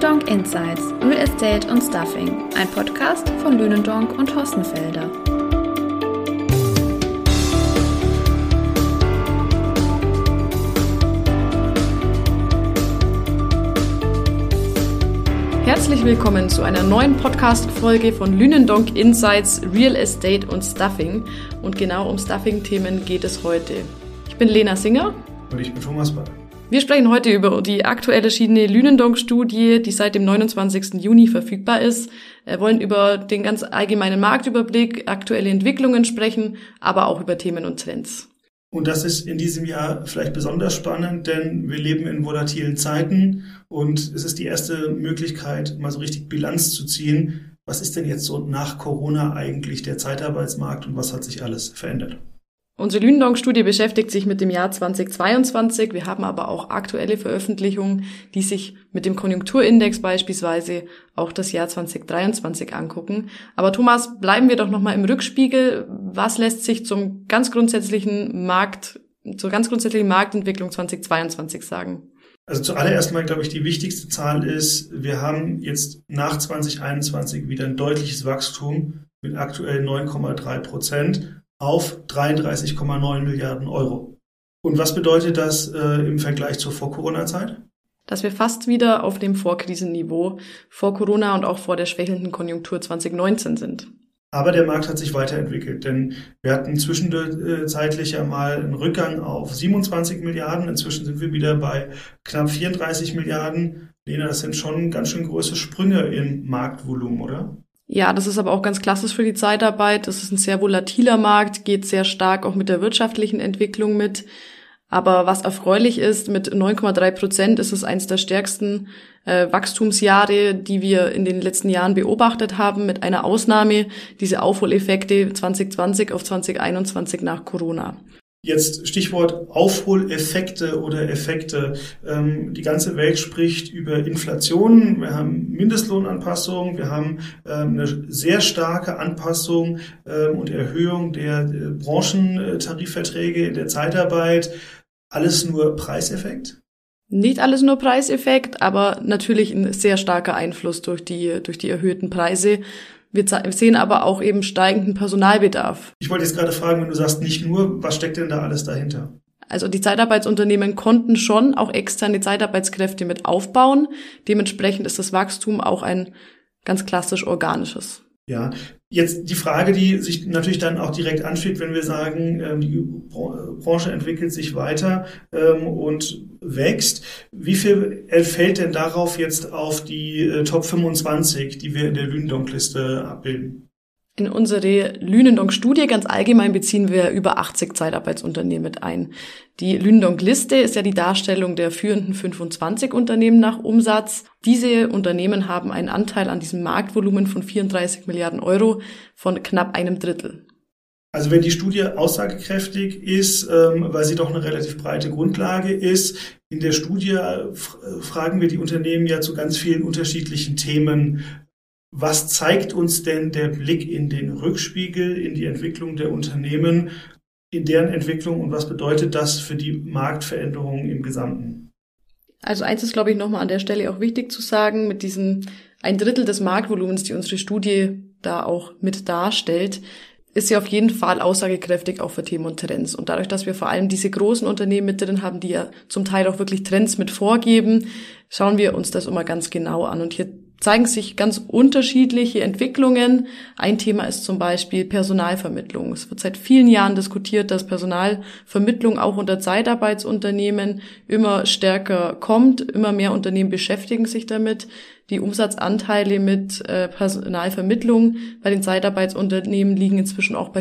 Lünendonk Insights – Real Estate und Stuffing, ein Podcast von Lünendonk und Hossenfelder. Herzlich willkommen zu einer neuen Podcast-Folge von Lünendonk Insights – Real Estate und Stuffing. Und genau um Stuffing-Themen geht es heute. Ich bin Lena Singer. Und ich bin Thomas Bayer. Wir sprechen heute über die aktuell erschienene Lünendonk-Studie, die seit dem 29. Juni verfügbar ist. Wir wollen über den ganz allgemeinen Marktüberblick, aktuelle Entwicklungen sprechen, aber auch über Themen und Trends. Und das ist in diesem Jahr vielleicht besonders spannend, denn wir leben in volatilen Zeiten und es ist die erste Möglichkeit, mal so richtig Bilanz zu ziehen. Was ist denn jetzt so nach Corona eigentlich der Zeitarbeitsmarkt und was hat sich alles verändert? Unsere Lünendonk-Studie beschäftigt sich mit dem Jahr 2022. Wir haben aber auch aktuelle Veröffentlichungen, die sich mit dem Konjunkturindex beispielsweise auch das Jahr 2023 angucken. Aber Thomas, bleiben wir doch nochmal im Rückspiegel. Was lässt sich zur ganz grundsätzlichen Marktentwicklung 2022 sagen? Also zuallererst mal, glaube ich, die wichtigste Zahl ist, wir haben jetzt nach 2021 wieder ein deutliches Wachstum mit aktuell 9,3% auf 33,9 Milliarden Euro. Und was bedeutet das im Vergleich zur Vor-Corona-Zeit? Dass wir fast wieder auf dem Vorkrisenniveau vor Corona und auch vor der schwächelnden Konjunktur 2019 sind. Aber der Markt hat sich weiterentwickelt, denn wir hatten zwischenzeitlich ja mal einen Rückgang auf 27 Milliarden. Inzwischen sind wir wieder bei knapp 34 Milliarden. Lena, das sind schon ganz schön große Sprünge im Marktvolumen, oder? Ja, das ist aber auch ganz klassisch für die Zeitarbeit. Das ist ein sehr volatiler Markt, geht sehr stark auch mit der wirtschaftlichen Entwicklung mit. Aber was erfreulich ist, mit 9,3% ist es eines der stärksten Wachstumsjahre, die wir in den letzten Jahren beobachtet haben, mit einer Ausnahme, diese Aufholeffekte 2020 auf 2021 nach Corona. Jetzt Stichwort Aufholeffekte oder Effekte. Die ganze Welt spricht über Inflation. Wir haben Mindestlohnanpassung, wir haben eine sehr starke Anpassung und Erhöhung der Branchentarifverträge in der Zeitarbeit. Alles nur Preiseffekt? Nicht alles nur Preiseffekt, aber natürlich ein sehr starker Einfluss durch die erhöhten Preise. Wir sehen aber auch eben steigenden Personalbedarf. Ich wollte jetzt gerade fragen, wenn du sagst nicht nur, was steckt denn da alles dahinter? Also die Zeitarbeitsunternehmen konnten schon auch externe Zeitarbeitskräfte mit aufbauen. Dementsprechend ist das Wachstum auch ein ganz klassisch organisches. Ja, jetzt die Frage, die sich natürlich dann auch direkt ansteht, wenn wir sagen, die Branche entwickelt sich weiter und wächst. Wie viel fällt denn darauf jetzt auf die Top 25, die wir in der Lünendonk-Liste abbilden? In unsere Lünendonk-Studie ganz allgemein beziehen wir über 80 Zeitarbeitsunternehmen mit ein. Die Lünendonk-Liste ist ja die Darstellung der führenden 25 Unternehmen nach Umsatz. Diese Unternehmen haben einen Anteil an diesem Marktvolumen von 34 Milliarden Euro von knapp einem Drittel. Also wenn die Studie aussagekräftig ist, weil sie doch eine relativ breite Grundlage ist, in der Studie fragen wir die Unternehmen ja zu ganz vielen unterschiedlichen Themen. Was zeigt uns denn der Blick in den Rückspiegel, in die Entwicklung der Unternehmen, in deren Entwicklung und was bedeutet das für die Marktveränderungen im Gesamten? Also eins ist, glaube ich, nochmal an der Stelle auch wichtig zu sagen, mit diesem ein Drittel des Marktvolumens, die unsere Studie da auch mit darstellt, ist sie auf jeden Fall aussagekräftig auch für Themen und Trends. Und dadurch, dass wir vor allem diese großen Unternehmen mit drin haben, die ja zum Teil auch wirklich Trends mit vorgeben, schauen wir uns das immer ganz genau an. Und hier zeigen sich ganz unterschiedliche Entwicklungen. Ein Thema ist zum Beispiel Personalvermittlung. Es wird seit vielen Jahren diskutiert, dass Personalvermittlung auch unter Zeitarbeitsunternehmen immer stärker kommt. Immer mehr Unternehmen beschäftigen sich damit. Die Umsatzanteile mit Personalvermittlung bei den Zeitarbeitsunternehmen liegen inzwischen auch bei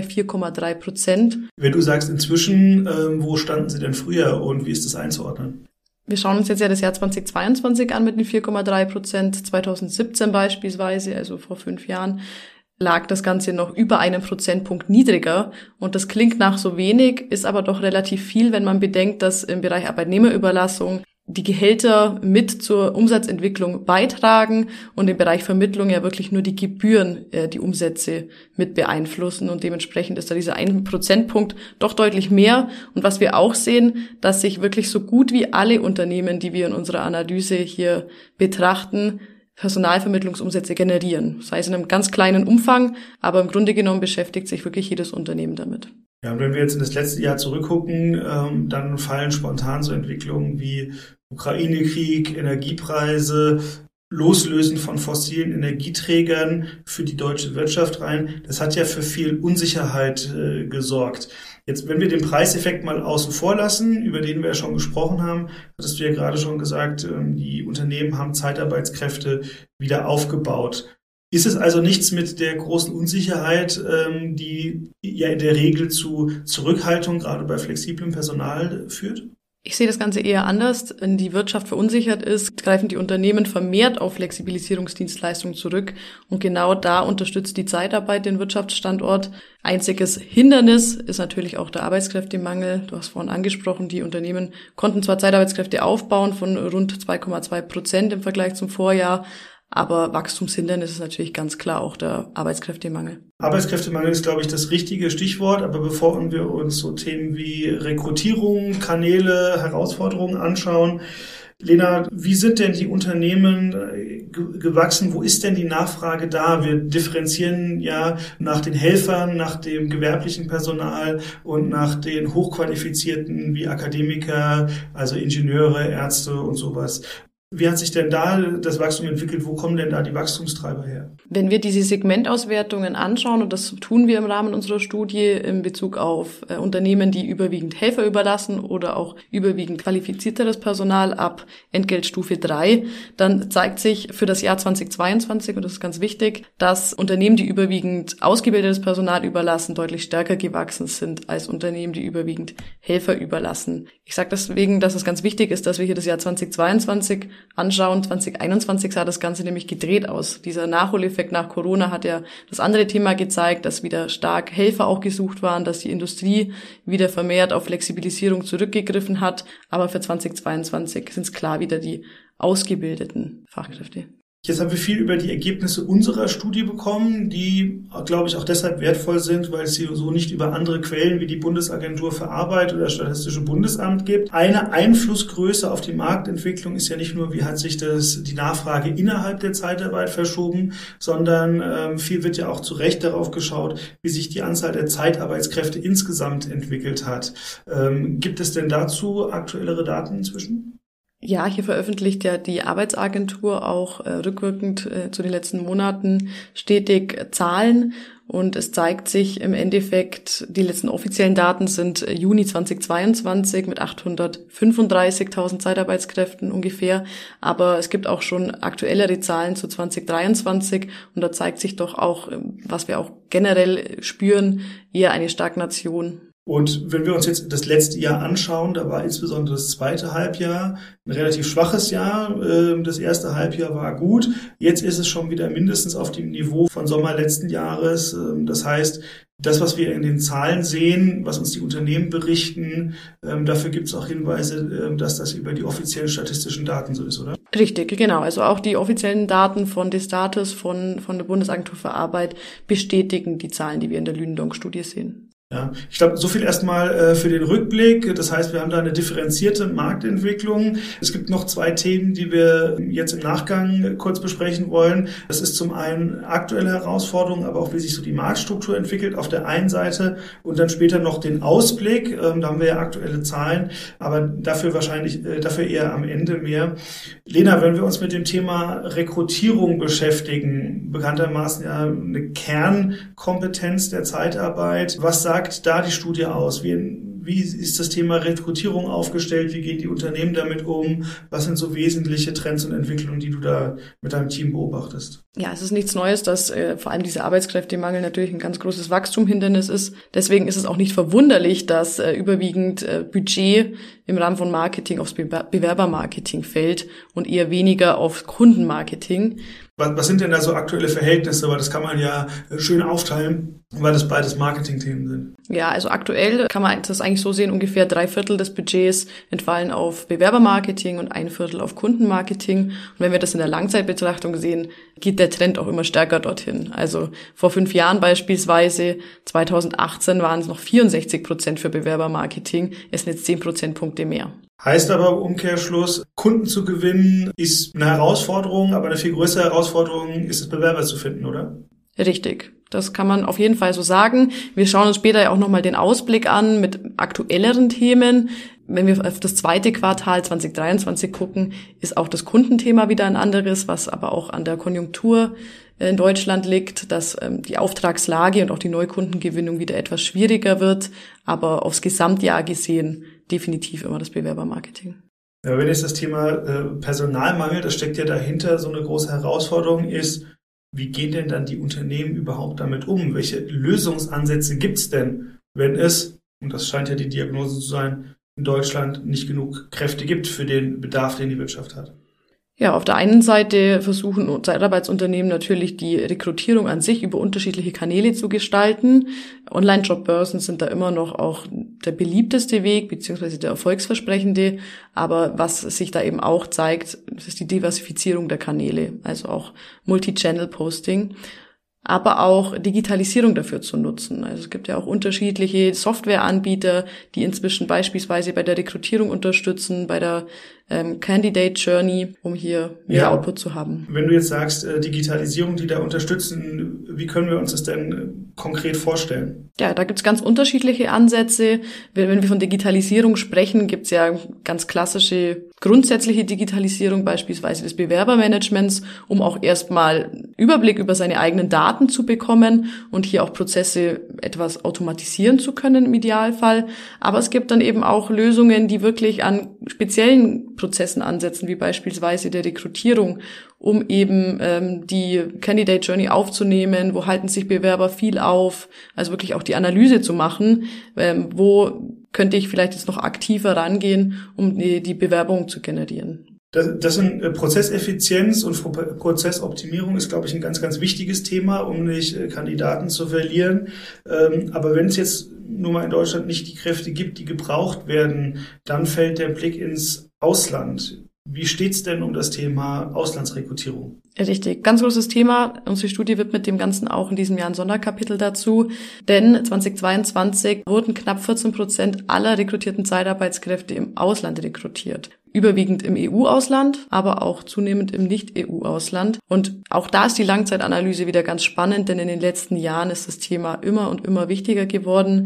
4,3%. Wenn du sagst inzwischen, wo standen sie denn früher und wie ist das einzuordnen? Wir schauen uns jetzt ja das Jahr 2022 an mit den 4,3%. 2017 beispielsweise, also vor 5 Jahren, lag das Ganze noch über einen Prozentpunkt niedriger. Und das klingt nach so wenig, ist aber doch relativ viel, wenn man bedenkt, dass im Bereich Arbeitnehmerüberlassung die Gehälter mit zur Umsatzentwicklung beitragen und im Bereich Vermittlung ja wirklich nur die Gebühren die Umsätze mit beeinflussen und dementsprechend ist da dieser 1 Prozentpunkt doch deutlich mehr. Und was wir auch sehen, dass sich wirklich so gut wie alle Unternehmen, die wir in unserer Analyse hier betrachten, Personalvermittlungsumsätze generieren. Das heißt in einem ganz kleinen Umfang, aber im Grunde genommen beschäftigt sich wirklich jedes Unternehmen damit. Ja, und wenn wir jetzt in das letzte Jahr zurückgucken, dann fallen spontan so Entwicklungen wie Ukraine-Krieg, Energiepreise, Loslösen von fossilen Energieträgern für die deutsche Wirtschaft rein. Das hat ja für viel Unsicherheit gesorgt. Jetzt, wenn wir den Preiseffekt mal außen vor lassen, über den wir ja schon gesprochen haben, hattest du ja gerade schon gesagt, die Unternehmen haben Zeitarbeitskräfte wieder aufgebaut. Ist es also nichts mit der großen Unsicherheit, die ja in der Regel zu Zurückhaltung gerade bei flexiblem Personal führt? Ich sehe das Ganze eher anders. Wenn die Wirtschaft verunsichert ist, greifen die Unternehmen vermehrt auf Flexibilisierungsdienstleistungen zurück. Und genau da unterstützt die Zeitarbeit den Wirtschaftsstandort. Einziges Hindernis ist natürlich auch der Arbeitskräftemangel. Du hast vorhin angesprochen, die Unternehmen konnten zwar Zeitarbeitskräfte aufbauen von rund 2,2% im Vergleich zum Vorjahr, aber Wachstumshindernis ist natürlich ganz klar auch der Arbeitskräftemangel. Arbeitskräftemangel ist, glaube ich, das richtige Stichwort. Aber bevor wir uns so Themen wie Rekrutierung, Kanäle, Herausforderungen anschauen, Lena, wie sind denn die Unternehmen gewachsen? Wo ist denn die Nachfrage da? Wir differenzieren ja nach den Helfern, nach dem gewerblichen Personal und nach den Hochqualifizierten wie Akademiker, also Ingenieure, Ärzte und sowas. Wie hat sich denn da das Wachstum entwickelt? Wo kommen denn da die Wachstumstreiber her? Wenn wir diese Segmentauswertungen anschauen, und das tun wir im Rahmen unserer Studie in Bezug auf Unternehmen, die überwiegend Helfer überlassen oder auch überwiegend qualifizierteres Personal ab Entgeltstufe 3, dann zeigt sich für das Jahr 2022, und das ist ganz wichtig, dass Unternehmen, die überwiegend ausgebildetes Personal überlassen, deutlich stärker gewachsen sind als Unternehmen, die überwiegend Helfer überlassen. Ich sage deswegen, dass es ganz wichtig ist, dass wir hier das Jahr 2022 anschauen. 2021 sah das Ganze nämlich gedreht aus. Dieser Nachholeffekt nach Corona hat ja das andere Thema gezeigt, dass wieder stark Helfer auch gesucht waren, dass die Industrie wieder vermehrt auf Flexibilisierung zurückgegriffen hat. Aber für 2022 sind es klar wieder die ausgebildeten Fachkräfte. Jetzt haben wir viel über die Ergebnisse unserer Studie bekommen, die, glaube ich, auch deshalb wertvoll sind, weil es sie so nicht über andere Quellen wie die Bundesagentur für Arbeit oder das Statistische Bundesamt gibt. Eine Einflussgröße auf die Marktentwicklung ist ja nicht nur, wie hat sich die Nachfrage innerhalb der Zeitarbeit verschoben, sondern viel wird ja auch zu Recht darauf geschaut, wie sich die Anzahl der Zeitarbeitskräfte insgesamt entwickelt hat. Gibt es denn dazu aktuellere Daten inzwischen? Ja, hier veröffentlicht ja die Arbeitsagentur auch rückwirkend zu den letzten Monaten stetig Zahlen. Und es zeigt sich im Endeffekt, die letzten offiziellen Daten sind Juni 2022 mit 835.000 Zeitarbeitskräften ungefähr. Aber es gibt auch schon aktuellere Zahlen zu 2023. Und da zeigt sich doch auch, was wir auch generell spüren, eher eine Stagnation. Und wenn wir uns jetzt das letzte Jahr anschauen, da war insbesondere das zweite Halbjahr ein relativ schwaches Jahr. Das erste Halbjahr war gut. Jetzt ist es schon wieder mindestens auf dem Niveau von Sommer letzten Jahres. Das heißt, das, was wir in den Zahlen sehen, was uns die Unternehmen berichten, dafür gibt es auch Hinweise, dass das über die offiziellen statistischen Daten so ist, oder? Richtig, genau. Also auch die offiziellen Daten von Destatis, von der Bundesagentur für Arbeit bestätigen die Zahlen, die wir in der Lünendonk-Studie sehen. Ja, ich glaube, so viel erstmal für den Rückblick. Das heißt, wir haben da eine differenzierte Marktentwicklung. Es gibt noch zwei Themen, die wir jetzt im Nachgang kurz besprechen wollen. Das ist zum einen aktuelle Herausforderungen, aber auch wie sich so die Marktstruktur entwickelt auf der einen Seite und dann später noch den Ausblick. Da haben wir ja aktuelle Zahlen, aber dafür eher am Ende mehr. Lena, wenn wir uns mit dem Thema Rekrutierung beschäftigen, bekanntermaßen ja eine Kernkompetenz der Zeitarbeit. Was sagt da die Studie aus? Wie ist das Thema Rekrutierung aufgestellt? Wie gehen die Unternehmen damit um? Was sind so wesentliche Trends und Entwicklungen, die du da mit deinem Team beobachtest? Ja, es ist nichts Neues, dass vor allem dieser Arbeitskräftemangel natürlich ein ganz großes Wachstumshindernis ist. Deswegen ist es auch nicht verwunderlich, dass überwiegend Budget im Rahmen von Marketing aufs Bewerbermarketing fällt und eher weniger auf Kundenmarketing. Was sind denn da so aktuelle Verhältnisse? Weil das kann man ja schön aufteilen, weil das beides Marketingthemen sind. Ja, also aktuell kann man das eigentlich so sehen, ungefähr 3/4 des Budgets entfallen auf Bewerbermarketing und 1/4 auf Kundenmarketing. Und wenn wir das in der Langzeitbetrachtung sehen, geht der Trend auch immer stärker dorthin. Also vor 5 Jahren beispielsweise, 2018 waren es noch 64% für Bewerbermarketing, es sind jetzt 10 Prozentpunkte mehr. Heißt aber im Umkehrschluss, Kunden zu gewinnen ist eine Herausforderung, aber eine viel größere Herausforderung ist es, Bewerber zu finden, oder? Richtig. Das kann man auf jeden Fall so sagen. Wir schauen uns später ja auch nochmal den Ausblick an mit aktuelleren Themen. Wenn wir auf das zweite Quartal 2023 gucken, ist auch das Kundenthema wieder ein anderes, was aber auch an der Konjunktur in Deutschland liegt, dass die Auftragslage und auch die Neukundengewinnung wieder etwas schwieriger wird, aber aufs Gesamtjahr gesehen definitiv immer das Bewerbermarketing. Ja, wenn jetzt das Thema Personalmangel, das steckt ja dahinter, so eine große Herausforderung ist, wie gehen denn dann die Unternehmen überhaupt damit um? Welche Lösungsansätze gibt's denn, wenn es, und das scheint ja die Diagnose zu sein, in Deutschland nicht genug Kräfte gibt für den Bedarf, den die Wirtschaft hat? Ja, auf der einen Seite versuchen Zeitarbeitsunternehmen natürlich die Rekrutierung an sich über unterschiedliche Kanäle zu gestalten. Online-Jobbörsen sind da immer noch auch der beliebteste Weg, beziehungsweise der erfolgsversprechende. Aber was sich da eben auch zeigt, das ist die Diversifizierung der Kanäle, also auch Multi-Channel-Posting. Aber auch Digitalisierung dafür zu nutzen. Also es gibt ja auch unterschiedliche Softwareanbieter, die inzwischen beispielsweise bei der Rekrutierung unterstützen, bei der Candidate Journey, um hier mehr Output zu haben. Wenn du jetzt sagst, Digitalisierung, die da unterstützen, wie können wir uns das denn konkret vorstellen? Ja, da gibt's ganz unterschiedliche Ansätze. Wenn wir von Digitalisierung sprechen, gibt's ja ganz klassische grundsätzliche Digitalisierung, beispielsweise des Bewerbermanagements, um auch erstmal Überblick über seine eigenen Daten zu bekommen und hier auch Prozesse etwas automatisieren zu können im Idealfall. Aber es gibt dann eben auch Lösungen, die wirklich an speziellen Prozessen ansetzen, wie beispielsweise der Rekrutierung, um eben die Candidate Journey aufzunehmen, wo halten sich Bewerber viel auf, also wirklich auch die Analyse zu machen, wo könnte ich vielleicht jetzt noch aktiver rangehen, um die Bewerbung zu generieren. Das sind Prozesseffizienz und Prozessoptimierung ist, glaube ich, ein ganz, ganz wichtiges Thema, um nicht Kandidaten zu verlieren. Aber wenn es jetzt nur mal in Deutschland nicht die Kräfte gibt, die gebraucht werden, dann fällt der Blick ins Ausland. Wie steht's denn um das Thema Auslandsrekrutierung? Richtig, ganz großes Thema. Unsere Studie widmet dem Ganzen auch in diesem Jahr ein Sonderkapitel dazu. Denn 2022 wurden knapp 14% aller rekrutierten Zeitarbeitskräfte im Ausland rekrutiert. Überwiegend im EU-Ausland, aber auch zunehmend im Nicht-EU-Ausland. Und auch da ist die Langzeitanalyse wieder ganz spannend, denn in den letzten Jahren ist das Thema immer und immer wichtiger geworden.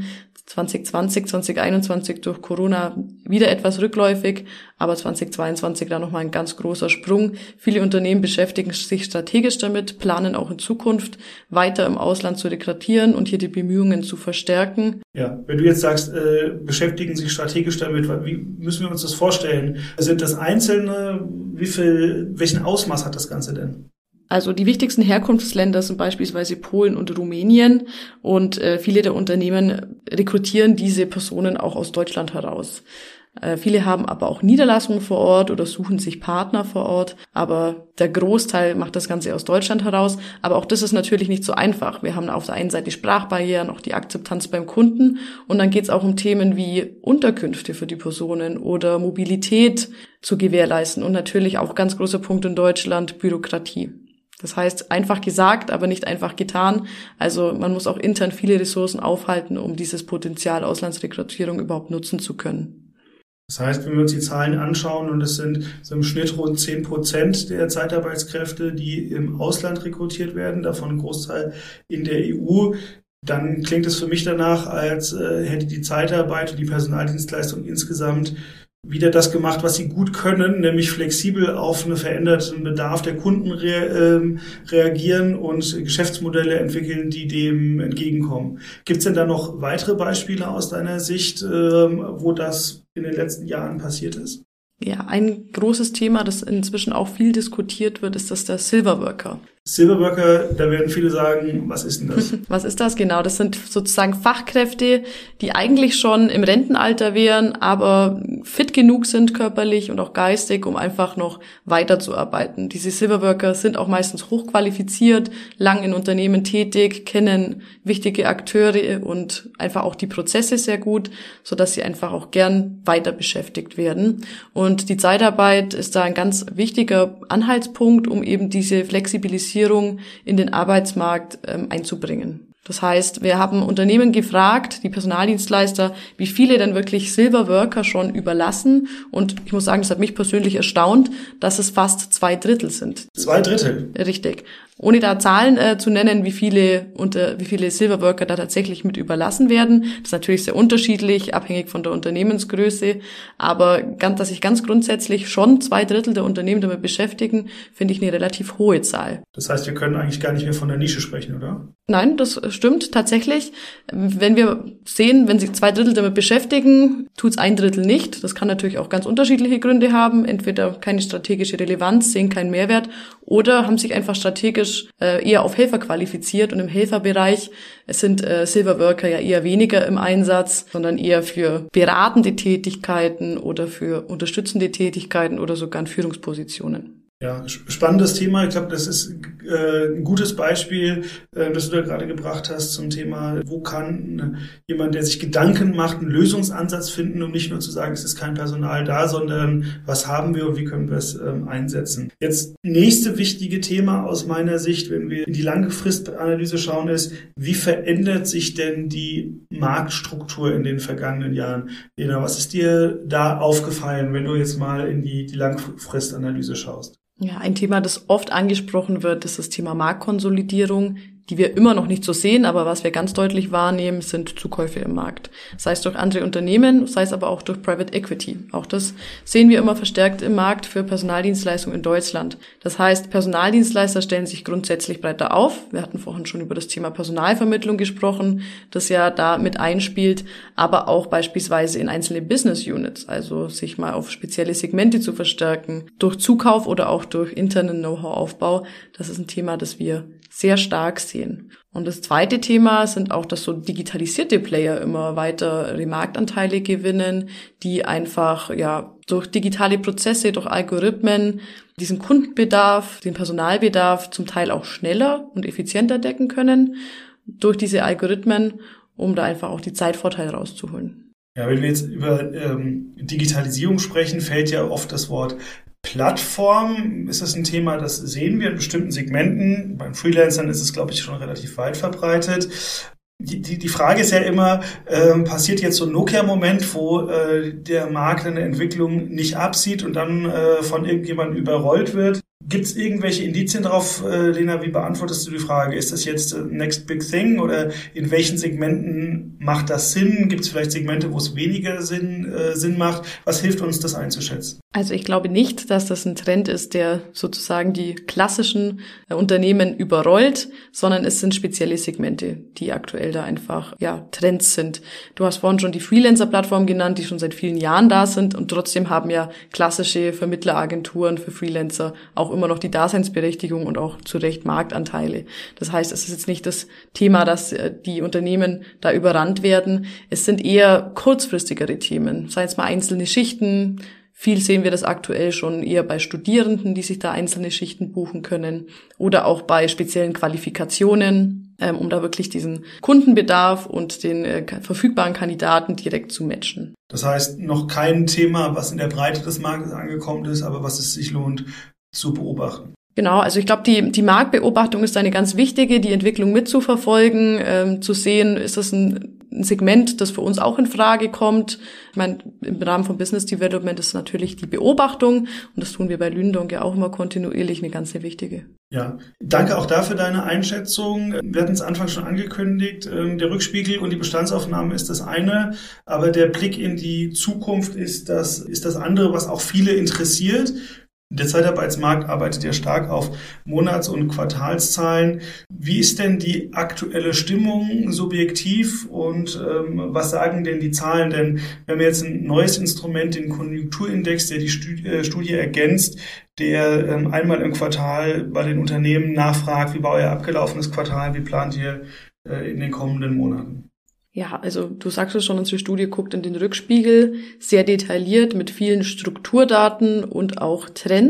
2020, 2021 durch Corona wieder etwas rückläufig, aber 2022 da nochmal ein ganz großer Sprung. Viele Unternehmen beschäftigen sich strategisch damit, planen auch in Zukunft weiter im Ausland zu rekrutieren und hier die Bemühungen zu verstärken. Ja, wenn du jetzt sagst, beschäftigen sich strategisch damit, wie müssen wir uns das vorstellen? Sind das Einzelne? Welchen Ausmaß hat das Ganze denn? Also die wichtigsten Herkunftsländer sind beispielsweise Polen und Rumänien und viele der Unternehmen rekrutieren diese Personen auch aus Deutschland heraus. Viele haben aber auch Niederlassungen vor Ort oder suchen sich Partner vor Ort, aber der Großteil macht das Ganze aus Deutschland heraus. Aber auch das ist natürlich nicht so einfach. Wir haben auf der einen Seite Sprachbarrieren, auch die Akzeptanz beim Kunden und dann geht es auch um Themen wie Unterkünfte für die Personen oder Mobilität zu gewährleisten und natürlich auch ganz großer Punkt in Deutschland, Bürokratie. Das heißt, einfach gesagt, aber nicht einfach getan. Also man muss auch intern viele Ressourcen aufhalten, um dieses Potenzial Auslandsrekrutierung überhaupt nutzen zu können. Das heißt, wenn wir uns die Zahlen anschauen, und es sind so im Schnitt rund 10% der Zeitarbeitskräfte, die im Ausland rekrutiert werden, davon ein Großteil in der EU, dann klingt es für mich danach, als hätte die Zeitarbeit und die Personaldienstleistung insgesamt wieder das gemacht, was sie gut können, nämlich flexibel auf einen veränderten Bedarf der Kunden reagieren und Geschäftsmodelle entwickeln, die dem entgegenkommen. Gibt es denn da noch weitere Beispiele aus deiner Sicht, wo das in den letzten Jahren passiert ist? Ja, ein großes Thema, das inzwischen auch viel diskutiert wird, ist das der Silverworker. Silverworker, da werden viele sagen, was ist denn das? Was ist das genau? Das sind sozusagen Fachkräfte, die eigentlich schon im Rentenalter wären, aber fit genug sind körperlich und auch geistig, um einfach noch weiterzuarbeiten. Diese Silverworker sind auch meistens hochqualifiziert, lang in Unternehmen tätig, kennen wichtige Akteure und einfach auch die Prozesse sehr gut, sodass sie einfach auch gern weiter beschäftigt werden. Und die Zeitarbeit ist da ein ganz wichtiger Anhaltspunkt, um eben diese Flexibilisierung in den Arbeitsmarkt einzubringen. Das heißt, wir haben Unternehmen gefragt, die Personaldienstleister, wie viele denn wirklich Silver Worker schon überlassen. Und ich muss sagen, das hat mich persönlich erstaunt, dass es fast 2/3 sind. 2/3? Richtig. Ohne da Zahlen zu nennen, wie viele Silver Worker da tatsächlich mit überlassen werden. Das ist natürlich sehr unterschiedlich, abhängig von der Unternehmensgröße. Aber dass sich ganz grundsätzlich schon 2/3 der Unternehmen damit beschäftigen, finde ich eine relativ hohe Zahl. Das heißt, wir können eigentlich gar nicht mehr von der Nische sprechen, oder? Nein, das stimmt tatsächlich. Wenn wir sehen, wenn sich 2/3 damit beschäftigen, tut's 1/3 nicht. Das kann natürlich auch ganz unterschiedliche Gründe haben. Entweder keine strategische Relevanz, sehen keinen Mehrwert oder haben sich einfach strategisch eher auf Helfer qualifiziert. Und im Helferbereich sind Silver Worker ja eher weniger im Einsatz, sondern eher für beratende Tätigkeiten oder für unterstützende Tätigkeiten oder sogar in Führungspositionen. Ja, spannendes Thema. Ich glaube, das ist ein gutes Beispiel, das du da gerade gebracht hast zum Thema, wo kann jemand, der sich Gedanken macht, einen Lösungsansatz finden, um nicht nur zu sagen, es ist kein Personal da, sondern was haben wir und wie können wir es einsetzen. Jetzt nächste wichtige Thema aus meiner Sicht, wenn wir in die Langfristanalyse schauen, ist, wie verändert sich denn die Marktstruktur in den vergangenen Jahren? Lena, was ist dir da aufgefallen, wenn du jetzt mal in die Langfristanalyse schaust? Ja, ein Thema, das oft angesprochen wird, ist das Thema Marktkonsolidierung, die wir immer noch nicht so sehen, aber was wir ganz deutlich wahrnehmen, sind Zukäufe im Markt. Sei es durch andere Unternehmen, sei es aber auch durch Private Equity. Auch das sehen wir immer verstärkt im Markt für Personaldienstleistungen in Deutschland. Das heißt, Personaldienstleister stellen sich grundsätzlich breiter auf. Wir hatten vorhin schon über das Thema Personalvermittlung gesprochen, das ja da mit einspielt, aber auch beispielsweise in einzelne Business Units, also sich mal auf spezielle Segmente zu verstärken, durch Zukauf oder auch durch internen Know-how-Aufbau. Das ist ein Thema, das wir sehr stark sehen. Und das zweite Thema sind auch, dass so digitalisierte Player immer weitere Marktanteile gewinnen, die einfach durch digitale Prozesse, durch Algorithmen diesen Kundenbedarf, den Personalbedarf zum Teil auch schneller und effizienter decken können durch diese Algorithmen, um da einfach auch die Zeitvorteile rauszuholen. Ja, wenn wir jetzt über Digitalisierung sprechen, fällt ja oft das Wort Plattform. Ist das ein Thema, das sehen wir in bestimmten Segmenten. Bei Freelancern ist es, glaube ich, schon relativ weit verbreitet. Die Frage ist ja immer, passiert jetzt so ein Nokia-Moment, wo der Markt eine Entwicklung nicht absieht und dann von irgendjemandem überrollt wird? Gibt es irgendwelche Indizien darauf, Lena, wie beantwortest du die Frage? Ist das jetzt next big thing oder in welchen Segmenten macht das Sinn? Gibt es vielleicht Segmente, wo es weniger Sinn macht? Was hilft uns, das einzuschätzen? Also ich glaube nicht, dass das ein Trend ist, der sozusagen die klassischen Unternehmen überrollt, sondern es sind spezielle Segmente, die aktuell da einfach Trends sind. Du hast vorhin schon die Freelancer-Plattform genannt, die schon seit vielen Jahren da sind und trotzdem haben ja klassische Vermittleragenturen für Freelancer auch immer noch die Daseinsberechtigung und auch zu Recht Marktanteile. Das heißt, es ist jetzt nicht das Thema, dass die Unternehmen da überrannt werden. Es sind eher kurzfristigere Themen, sei es mal einzelne Schichten. Viel sehen wir das aktuell schon eher bei Studierenden, die sich da einzelne Schichten buchen können oder auch bei speziellen Qualifikationen, um da wirklich diesen Kundenbedarf und den verfügbaren Kandidaten direkt zu matchen. Das heißt, noch kein Thema, was in der Breite des Marktes angekommen ist, aber was es sich lohnt zu beobachten. Genau, also ich glaube, die Marktbeobachtung ist eine ganz wichtige, die Entwicklung mitzuverfolgen, zu sehen, ist das ein Segment, das für uns auch in Frage kommt. Ich meine, im Rahmen von Business Development ist natürlich die Beobachtung und das tun wir bei Lünendonk ja auch immer kontinuierlich, eine ganz sehr wichtige. Ja, danke auch dafür deine Einschätzung. Wir hatten es Anfang schon angekündigt, der Rückspiegel und die Bestandsaufnahme ist das eine, aber der Blick in die Zukunft ist das andere, was auch viele interessiert. Der Zeitarbeitsmarkt arbeitet ja stark auf Monats- und Quartalszahlen. Wie ist denn die aktuelle Stimmung subjektiv und was sagen denn die Zahlen? Denn wir haben jetzt ein neues Instrument, den Konjunkturindex, der die Studie ergänzt, der einmal im Quartal bei den Unternehmen nachfragt, wie war euer abgelaufenes Quartal, wie plant ihr in den kommenden Monaten? Ja, also du sagst es schon, unsere Studie guckt in den Rückspiegel, sehr detailliert mit vielen Strukturdaten und auch Trends.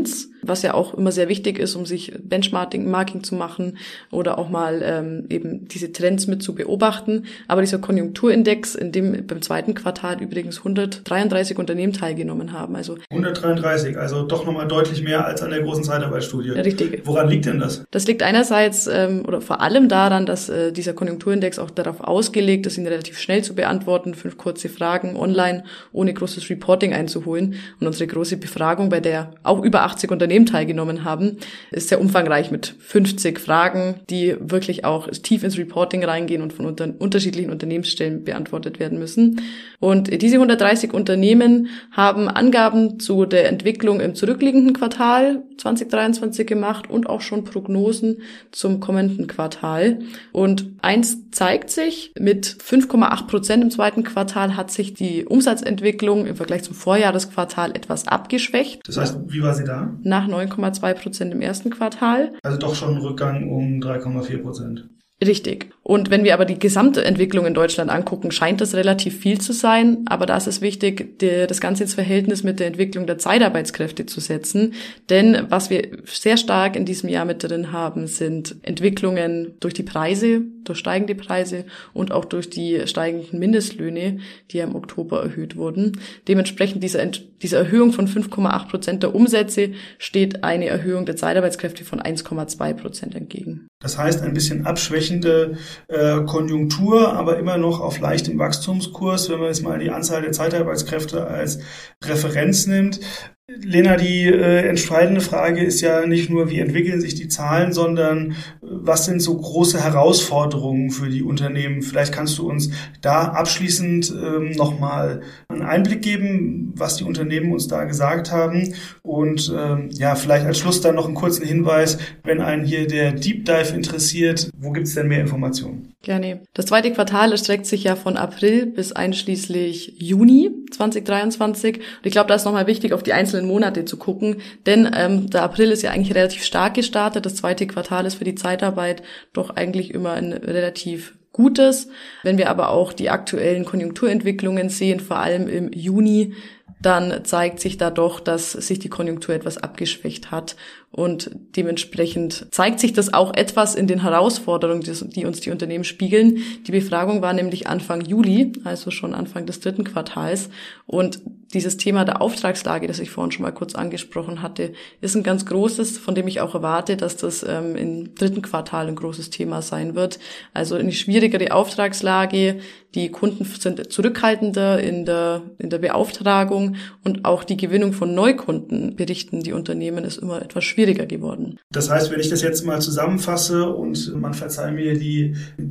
was ja auch immer sehr wichtig ist, um sich Benchmarking zu machen oder auch mal eben diese Trends mit zu beobachten. Aber dieser Konjunkturindex, in dem beim zweiten Quartal übrigens 133 Unternehmen teilgenommen haben. Also 133, also doch nochmal deutlich mehr als an der großen Zeitarbeitsstudie. Richtig. Woran liegt denn das? Das liegt einerseits oder vor allem daran, dass dieser Konjunkturindex auch darauf ausgelegt ist, ihn relativ schnell zu beantworten, 5 kurze Fragen online, ohne großes Reporting einzuholen. Und unsere große Befragung, bei der auch über 80 Unternehmen teilgenommen haben, ist sehr umfangreich mit 50 Fragen, die wirklich auch tief ins Reporting reingehen und von unterschiedlichen Unternehmensstellen beantwortet werden müssen. Und diese 130 Unternehmen haben Angaben zu der Entwicklung im zurückliegenden Quartal 2023 gemacht und auch schon Prognosen zum kommenden Quartal. Und eins zeigt sich, mit 5,8% im zweiten Quartal hat sich die Umsatzentwicklung im Vergleich zum Vorjahresquartal etwas abgeschwächt. Das heißt, wie war sie da? Nach 9,2% im ersten Quartal. Also doch schon ein Rückgang um 3,4%. Richtig. Und wenn wir aber die gesamte Entwicklung in Deutschland angucken, scheint das relativ viel zu sein. Aber da ist es wichtig, das Ganze ins Verhältnis mit der Entwicklung der Zeitarbeitskräfte zu setzen. Denn was wir sehr stark in diesem Jahr mit drin haben, sind Entwicklungen durch die Preise, durch steigende Preise und auch durch die steigenden Mindestlöhne, die ja im Oktober erhöht wurden. Dementsprechend dieser Erhöhung von 5,8% der Umsätze steht eine Erhöhung der Zeitarbeitskräfte von 1,2% entgegen. Das heißt, ein bisschen abschwächende Konjunktur, aber immer noch auf leichtem Wachstumskurs, wenn man jetzt mal die Anzahl der Zeitarbeitskräfte als Referenz nimmt. Lena, die entscheidende Frage ist ja nicht nur, wie entwickeln sich die Zahlen, sondern was sind so große Herausforderungen für die Unternehmen? Vielleicht kannst du uns da abschließend nochmal einen Einblick geben, was die Unternehmen uns da gesagt haben. Und vielleicht als Schluss dann noch einen kurzen Hinweis, wenn einen hier der Deep Dive interessiert, wo gibt's denn mehr Informationen? Gerne. Das zweite Quartal erstreckt sich ja von April bis einschließlich Juni 2023. Und ich glaube, da ist nochmal wichtig, auf die einzelnen Monate zu gucken, denn der April ist ja eigentlich relativ stark gestartet. Das zweite Quartal ist für die Zeitarbeit doch eigentlich immer ein relativ gutes. Wenn wir aber auch die aktuellen Konjunkturentwicklungen sehen, vor allem im Juni, dann zeigt sich da doch, dass sich die Konjunktur etwas abgeschwächt hat. Und dementsprechend zeigt sich das auch etwas in den Herausforderungen, die uns die Unternehmen spiegeln. Die Befragung war nämlich Anfang Juli, also schon Anfang des dritten Quartals. Und dieses Thema der Auftragslage, das ich vorhin schon mal kurz angesprochen hatte, ist ein ganz großes, von dem ich auch erwarte, dass das im dritten Quartal ein großes Thema sein wird. Also eine schwierigere Auftragslage, die Kunden sind zurückhaltender in der Beauftragung und auch die Gewinnung von Neukunden, berichten die Unternehmen, ist immer etwas schwieriger geworden. Das heißt, wenn ich das jetzt mal zusammenfasse und man verzeiht mir die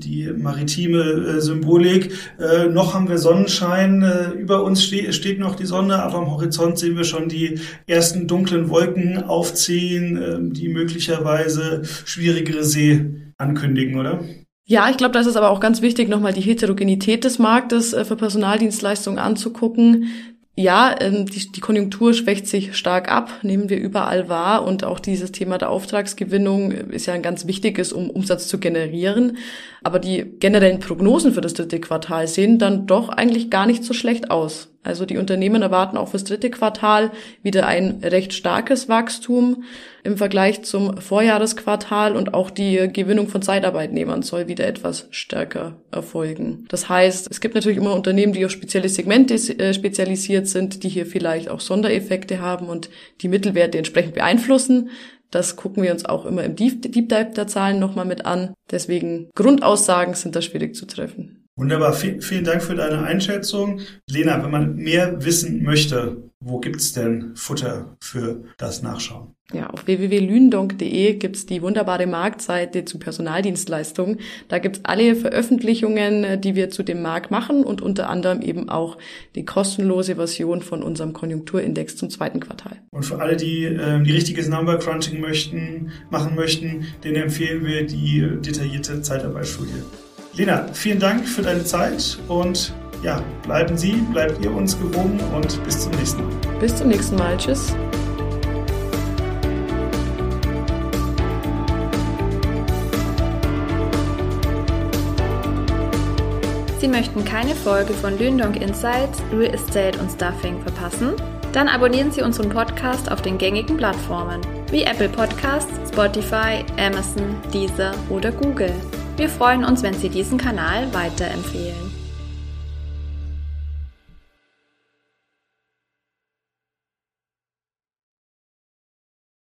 maritime Symbolik, noch haben wir Sonnenschein, über uns steht noch die Sonne, aber am Horizont sehen wir schon die ersten dunklen Wolken aufziehen, die möglicherweise schwierigere See ankündigen, oder? Ja, ich glaube, da ist es aber auch ganz wichtig, nochmal die Heterogenität des Marktes für Personaldienstleistungen anzugucken. Ja, die Konjunktur schwächt sich stark ab, nehmen wir überall wahr, und auch dieses Thema der Auftragsgewinnung ist ja ein ganz wichtiges, um Umsatz zu generieren. Aber die generellen Prognosen für das dritte Quartal sehen dann doch eigentlich gar nicht so schlecht aus. Also die Unternehmen erwarten auch fürs dritte Quartal wieder ein recht starkes Wachstum im Vergleich zum Vorjahresquartal, und auch die Gewinnung von Zeitarbeitnehmern soll wieder etwas stärker erfolgen. Das heißt, es gibt natürlich immer Unternehmen, die auf spezielle Segmente spezialisiert sind, die hier vielleicht auch Sondereffekte haben und die Mittelwerte entsprechend beeinflussen. Das gucken wir uns auch immer im Deep Dive der Zahlen nochmal mit an. Deswegen Grundaussagen sind da schwierig zu treffen. Wunderbar, vielen Dank für deine Einschätzung. Lena, wenn man mehr wissen möchte, wo gibt's denn Futter für das Nachschauen? Ja, auf www.lünendonk.de gibt's die wunderbare Marktseite zu Personaldienstleistungen. Da gibt's alle Veröffentlichungen, die wir zu dem Markt machen, und unter anderem eben auch die kostenlose Version von unserem Konjunkturindex zum zweiten Quartal. Und für alle, die richtiges Number Crunching machen möchten, denen empfehlen wir die detaillierte Zeitarbeitsstudie. Lena, vielen Dank für deine Zeit, und ja, bleibt ihr uns gewogen, und bis zum nächsten Mal. Bis zum nächsten Mal. Tschüss. Sie möchten keine Folge von Lünendonk Insights, Real Estate und Staffing verpassen? Dann abonnieren Sie unseren Podcast auf den gängigen Plattformen wie Apple Podcasts, Spotify, Amazon, Deezer oder Google. Wir freuen uns, wenn Sie diesen Kanal weiterempfehlen.